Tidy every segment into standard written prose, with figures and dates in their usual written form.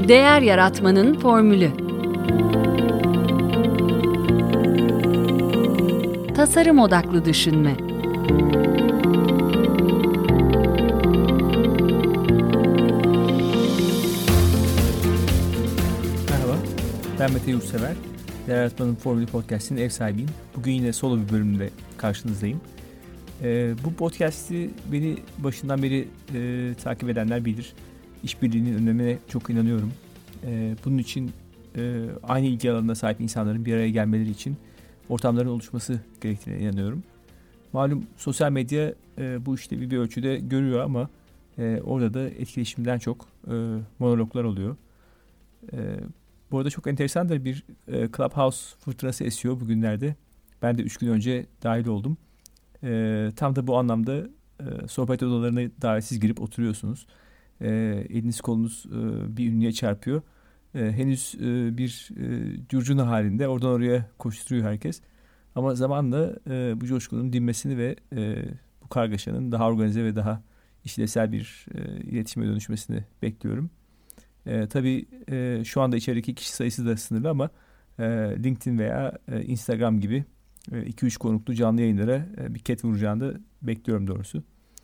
Değer yaratmanın formülü. Tasarım odaklı düşünme. Merhaba, ben Mete Yurtsever. Değer Yaratmanın Formülü Podcast'inin ev sahibiyim. Bugün yine solo bir bölümde karşınızdayım. Bu podcast'i beni başından beri takip edenler bilir. İşbirliğinin önemine çok inanıyorum. Bunun için aynı ilgi alanına sahip insanların bir araya gelmeleri için ortamların oluşması gerektiğine inanıyorum. Malum sosyal medya bu işlevi bir ölçüde görüyor ama orada da etkileşimden çok monologlar oluyor. Bu arada çok enteresan da bir Clubhouse fırtınası esiyor bugünlerde. Ben de 3 gün önce dahil oldum. Tam da bu anlamda sohbet odalarına davetsiz girip oturuyorsunuz. Eliniz kolunuz bir ünlüye çarpıyor. Henüz bir curcuna halinde oradan oraya koşturuyor herkes. Ama zamanla bu coşkunun dinmesini ve bu kargaşanın daha organize ve daha işlevsel bir iletişime dönüşmesini bekliyorum. Tabii şu anda içerideki kişi sayısı da sınırlı ama LinkedIn veya Instagram gibi 2-3 konuklu canlı yayınlara bir ket vuracağını da bekliyorum doğrusu.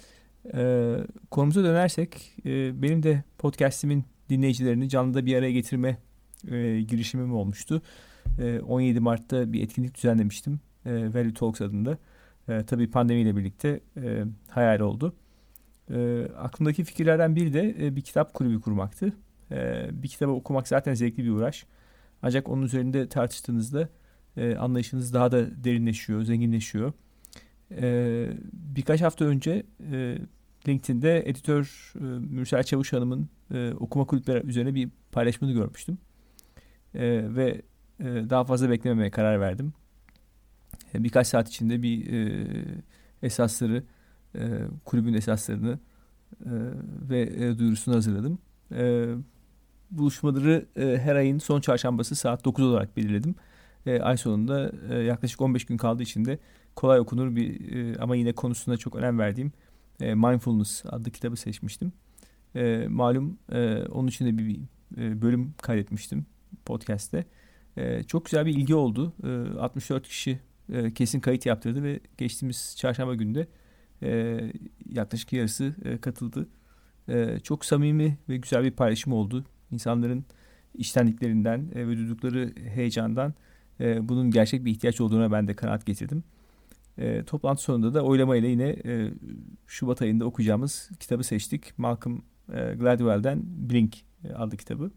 Konumuza dönersek benim de podcast'imin dinleyicilerini canlıda bir araya getirme girişimim olmuştu. 17 Mart'ta bir etkinlik düzenlemiştim. Value Talks adında. Tabii pandemiyle birlikte hayal oldu. Aklımdaki fikirlerden biri de bir kitap kulübü kurmaktı. Bir kitabı okumak zaten zevkli bir uğraş. Ancak onun üzerinde tartıştığınızda anlayışınız daha da derinleşiyor, zenginleşiyor. Birkaç hafta önce LinkedIn'de editör Mürsel Çavuş Hanım'ın okuma kulüpleri üzerine bir paylaşımını görmüştüm. Ve daha fazla beklememeye karar verdim. Birkaç saat içinde bir esasları, kulübün esaslarını ve duyurusunu hazırladım. Buluşmaları her ayın son çarşambası saat 9 olarak belirledim. Ay sonunda yaklaşık 15 gün kaldığı için de kolay okunur bir ama yine konusuna çok önem verdiğim Mindfulness adlı kitabı seçmiştim. Malum onun için de bir bölüm kaydetmiştim podcast'te. Çok güzel bir ilgi oldu. 64 kişi kesin kayıt yaptırdı ve geçtiğimiz çarşamba günde yaklaşık yarısı katıldı. Çok samimi ve güzel bir paylaşım oldu. İnsanların içtenliklerinden ve duydukları heyecandan bunun gerçek bir ihtiyaç olduğuna ben de kanaat getirdim. Toplantı sonunda da oylamayla yine Şubat ayında okuyacağımız kitabı seçtik. Malcolm Gladwell'den Blink adlı kitabı.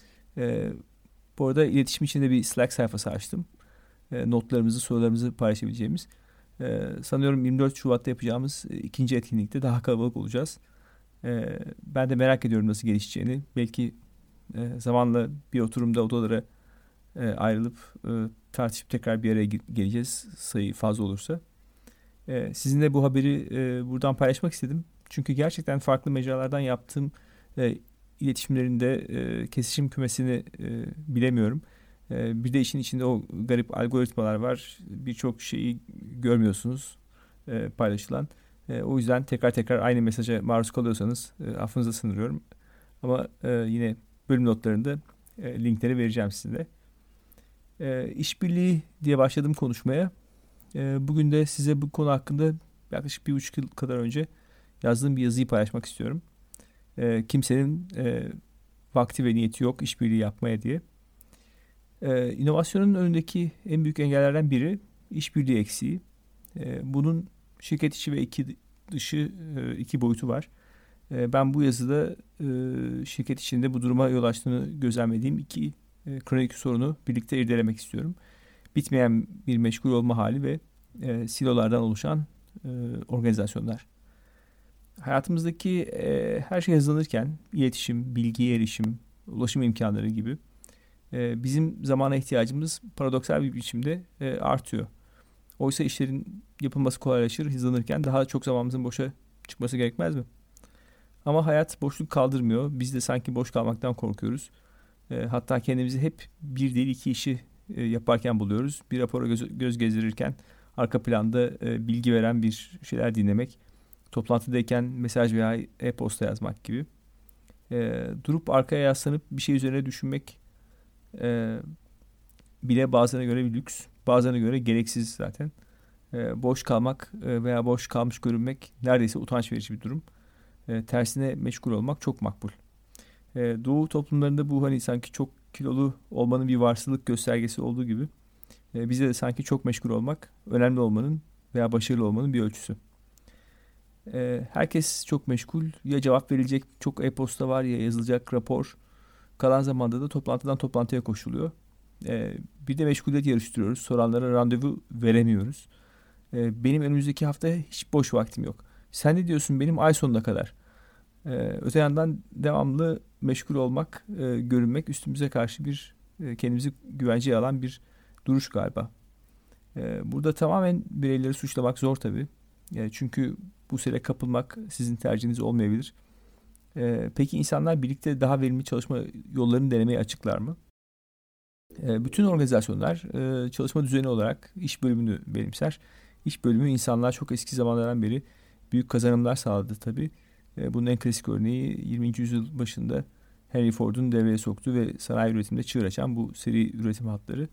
Bu arada iletişim için de bir Slack sayfası açtım. Notlarımızı, sorularımızı paylaşabileceğimiz. Sanıyorum 24 Şubat'ta yapacağımız ikinci etkinlikte daha kalabalık olacağız. Ben de merak ediyorum nasıl gelişeceğini. Belki zamanla bir oturumda odalara ayrılıp tartışıp tekrar bir araya geleceğiz sayı fazla olursa. Sizinle bu haberi buradan paylaşmak istedim. Çünkü gerçekten farklı mecralardan yaptığım iletişimlerinde kesişim kümesini bilemiyorum. Bir de işin içinde o garip algoritmalar var. Birçok şeyi görmüyorsunuz paylaşılan. O yüzden tekrar aynı mesaja maruz kalıyorsanız affınıza sığınıyorum. Ama yine bölüm notlarında linkleri vereceğim size. İşbirliği diye başladım konuşmaya. Bugün de size bu konu hakkında yaklaşık 1,5 yıl kadar önce yazdığım bir yazıyı paylaşmak istiyorum. Kimsenin vakti ve niyeti yok işbirliği yapmaya diye. İnovasyonun önündeki en büyük engellerden biri işbirliği eksiği. Bunun şirket içi ve dışı iki boyutu var. Ben bu yazıda şirket içinde bu duruma yol açtığını gözlemlediğim iki kronik sorunu birlikte irdelemek istiyorum. Bitmeyen bir meşgul olma hali ve silolardan oluşan organizasyonlar. Hayatımızdaki her şey hızlanırken iletişim, bilgiye erişim, ulaşım imkanları gibi bizim zamana ihtiyacımız paradoksal bir biçimde artıyor. Oysa işlerin yapılması kolaylaşır, hızlanırken daha çok zamanımızın boşa çıkması gerekmez mi? Ama hayat boşluk kaldırmıyor. Biz de sanki boş kalmaktan korkuyoruz. Hatta kendimizi hep bir değil iki işi yaparken buluyoruz. Bir rapora göz gezdirirken arka planda bilgi veren bir şeyler dinlemek, toplantıdayken mesaj veya e-posta yazmak gibi. Durup arkaya yaslanıp bir şey üzerine düşünmek bile bazılarına göre bir lüks, bazılarına göre gereksiz zaten. Boş kalmak veya boş kalmış görünmek neredeyse utanç verici bir durum. Tersine meşgul olmak çok makbul. Doğu toplumlarında bu hani sanki çok kilolu olmanın bir varsılık göstergesi olduğu gibi bizde de sanki çok meşgul olmak önemli olmanın veya başarılı olmanın bir ölçüsü. Herkes çok meşgul. Ya cevap verilecek çok e-posta var ya yazılacak rapor. Kalan zamanda da toplantıdan toplantıya koşuluyor. Bir de meşguliyet yarıştırıyoruz. Soranlara randevu veremiyoruz. Benim önümüzdeki hafta hiç boş vaktim yok. Sen ne diyorsun benim ay sonuna kadar? Öte yandan devamlı meşgul olmak, görünmek üstümüze karşı bir kendimizi güvenceye alan bir duruş galiba. Burada tamamen bireyleri suçlamak zor tabii. Çünkü bu sene kapılmak sizin tercihiniz olmayabilir. Peki insanlar birlikte daha verimli çalışma yollarını denemeye açıklar mı? Bütün organizasyonlar çalışma düzeni olarak iş bölümünü benimser. İş bölümü insanlar çok eski zamanlardan beri büyük kazanımlar sağladı tabii. Bunun en klasik örneği 20. yüzyıl başında Henry Ford'un devreye soktuğu ve sanayi üretiminde çığır açan bu seri üretim hatları.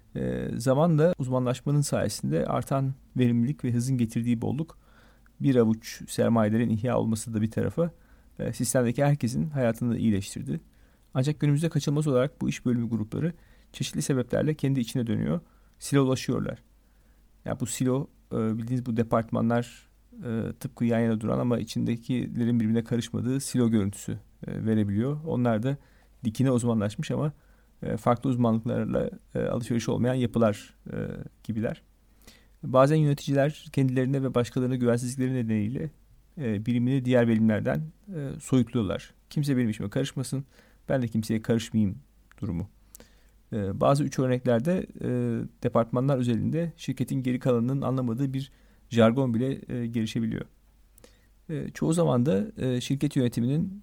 Zamanla uzmanlaşmanın sayesinde artan verimlilik ve hızın getirdiği bolluk, bir avuç sermayelerin ihya olması da bir tarafa sistemdeki herkesin hayatını da iyileştirdi. Ancak günümüzde kaçınılmaz olarak bu iş bölümü grupları çeşitli sebeplerle kendi içine dönüyor, silolaşıyorlar. Yani bu silo bildiğiniz bu departmanlar tıpkı yan yana duran ama içindekilerin birbirine karışmadığı silo görüntüsü verebiliyor. Onlar da dikine uzmanlaşmış ama farklı uzmanlıklarla alışveriş olmayan yapılar gibiler. Bazen yöneticiler kendilerine ve başkalarına güvensizlikleri nedeniyle birimini diğer birimlerden soyutluyorlar. Kimse benim işime karışmasın, ben de kimseye karışmayayım durumu. Bazı üç örneklerde departmanlar özelinde şirketin geri kalanının anlamadığı bir jargon bile gelişebiliyor. Çoğu zaman da şirket yönetiminin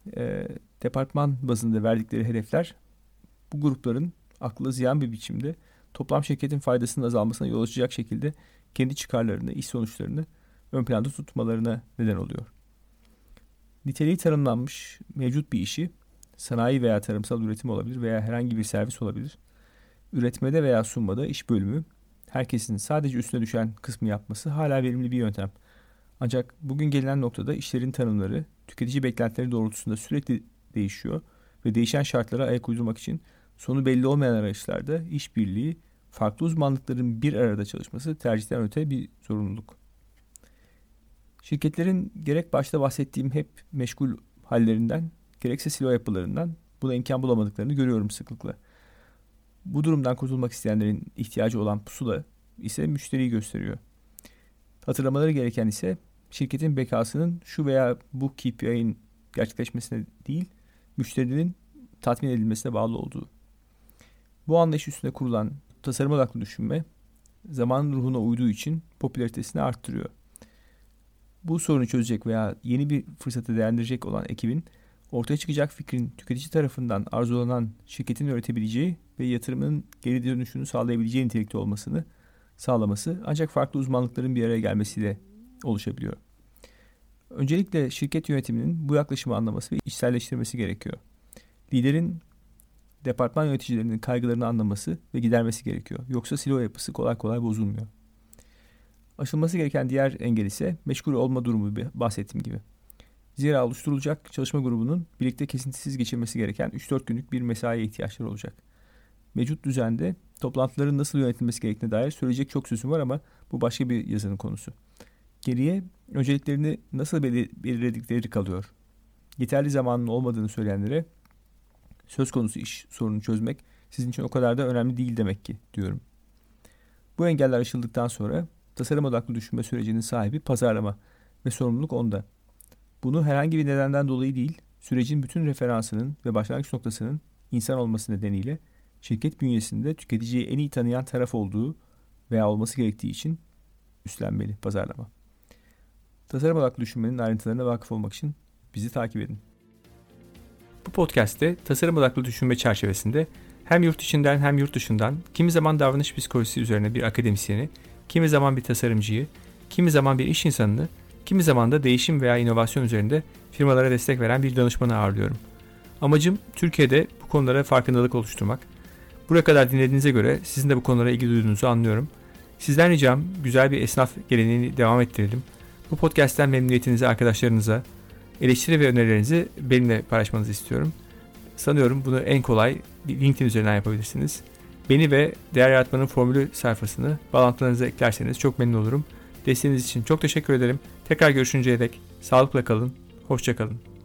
departman bazında verdikleri hedefler bu grupların akla ziyan bir biçimde toplam şirketin faydasının azalmasına yol açacak şekilde kendi çıkarlarını, iş sonuçlarını ön planda tutmalarına neden oluyor. Niteliği tanımlanmış mevcut bir işi, sanayi veya tarımsal üretim olabilir veya herhangi bir servis olabilir. Üretmede veya sunmada iş bölümü, herkesin sadece üstüne düşen kısmı yapması hala verimli bir yöntem. Ancak bugün gelinen noktada işlerin tanımları, tüketici beklentileri doğrultusunda sürekli değişiyor ve değişen şartlara ayak uydurmak için sonu belli olmayan arayışlarda işbirliği, farklı uzmanlıkların bir arada çalışması tercihten öte bir zorunluluk. Şirketlerin gerek başta bahsettiğim hep meşgul hallerinden, gerekse silo yapılarından buna imkan bulamadıklarını görüyorum sıklıkla. Bu durumdan kurtulmak isteyenlerin ihtiyacı olan pusula ise müşteriyi gösteriyor. Hatırlamaları gereken ise şirketin bekasının şu veya bu KPI'nin gerçekleşmesine değil, müşterinin tatmin edilmesine bağlı olduğu. Bu anlayış üstüne kurulan tasarım odaklı düşünme, zamanın ruhuna uyduğu için popülaritesini arttırıyor. Bu sorunu çözecek veya yeni bir fırsatı değerlendirecek olan ekibin ortaya çıkacak fikrin tüketici tarafından arzulanan şirketin üretebileceği ve yatırımının geri dönüşünü sağlayabileceği nitelikte olmasını sağlaması ancak farklı uzmanlıkların bir araya gelmesiyle oluşabiliyor. Öncelikle şirket yönetiminin bu yaklaşımı anlaması ve içselleştirmesi gerekiyor. Liderin departman yöneticilerinin kaygılarını anlaması ve gidermesi gerekiyor. Yoksa silo yapısı kolay kolay bozulmuyor. Aşılması gereken diğer engel ise meşgul olma durumu bahsettiğim gibi. Zira oluşturulacak çalışma grubunun birlikte kesintisiz geçirmesi gereken 3-4 günlük bir mesaiye ihtiyaçları olacak. Mevcut düzende toplantıların nasıl yönetilmesi gerektiğine dair söyleyecek çok sözüm var ama bu başka bir yazının konusu. Geriye önceliklerini nasıl belirledikleri kalıyor. Yeterli zamanın olmadığını söyleyenlere söz konusu iş sorununu çözmek sizin için o kadar da önemli değil demek ki diyorum. Bu engeller aşıldıktan sonra tasarım odaklı düşünme sürecinin sahibi pazarlama ve sorumluluk onda. Bunu herhangi bir nedenden dolayı değil, sürecin bütün referansının ve başlangıç noktasının insan olması nedeniyle şirket bünyesinde tüketiciyi en iyi tanıyan taraf olduğu veya olması gerektiği için üstlenmeli pazarlama. Tasarım odaklı düşünmenin ayrıntılarına vakıf olmak için bizi takip edin. Bu podcast'te tasarım odaklı düşünme çerçevesinde hem yurt içinden hem yurt dışından kimi zaman davranış psikolojisi üzerine bir akademisyeni, kimi zaman bir tasarımcıyı, kimi zaman bir iş insanını, Kimi zaman da değişim veya inovasyon üzerinde firmalara destek veren bir danışmanı ağırlıyorum. Amacım Türkiye'de bu konulara farkındalık oluşturmak. Buraya kadar dinlediğinize göre sizin de bu konulara ilgi duyduğunuzu anlıyorum. Sizden ricam güzel bir esnaf geleneğini devam ettirelim. Bu podcast'ten memnuniyetinizi arkadaşlarınıza, eleştiri ve önerilerinizi benimle paylaşmanızı istiyorum. Sanıyorum bunu en kolay LinkedIn üzerinden yapabilirsiniz. Beni ve Değer Yaratmanın Formülü sayfasını bağlantılarınıza eklerseniz çok memnun olurum. Desteğiniz için çok teşekkür ederim. Tekrar görüşünceye dek sağlıkla kalın, hoşça kalın.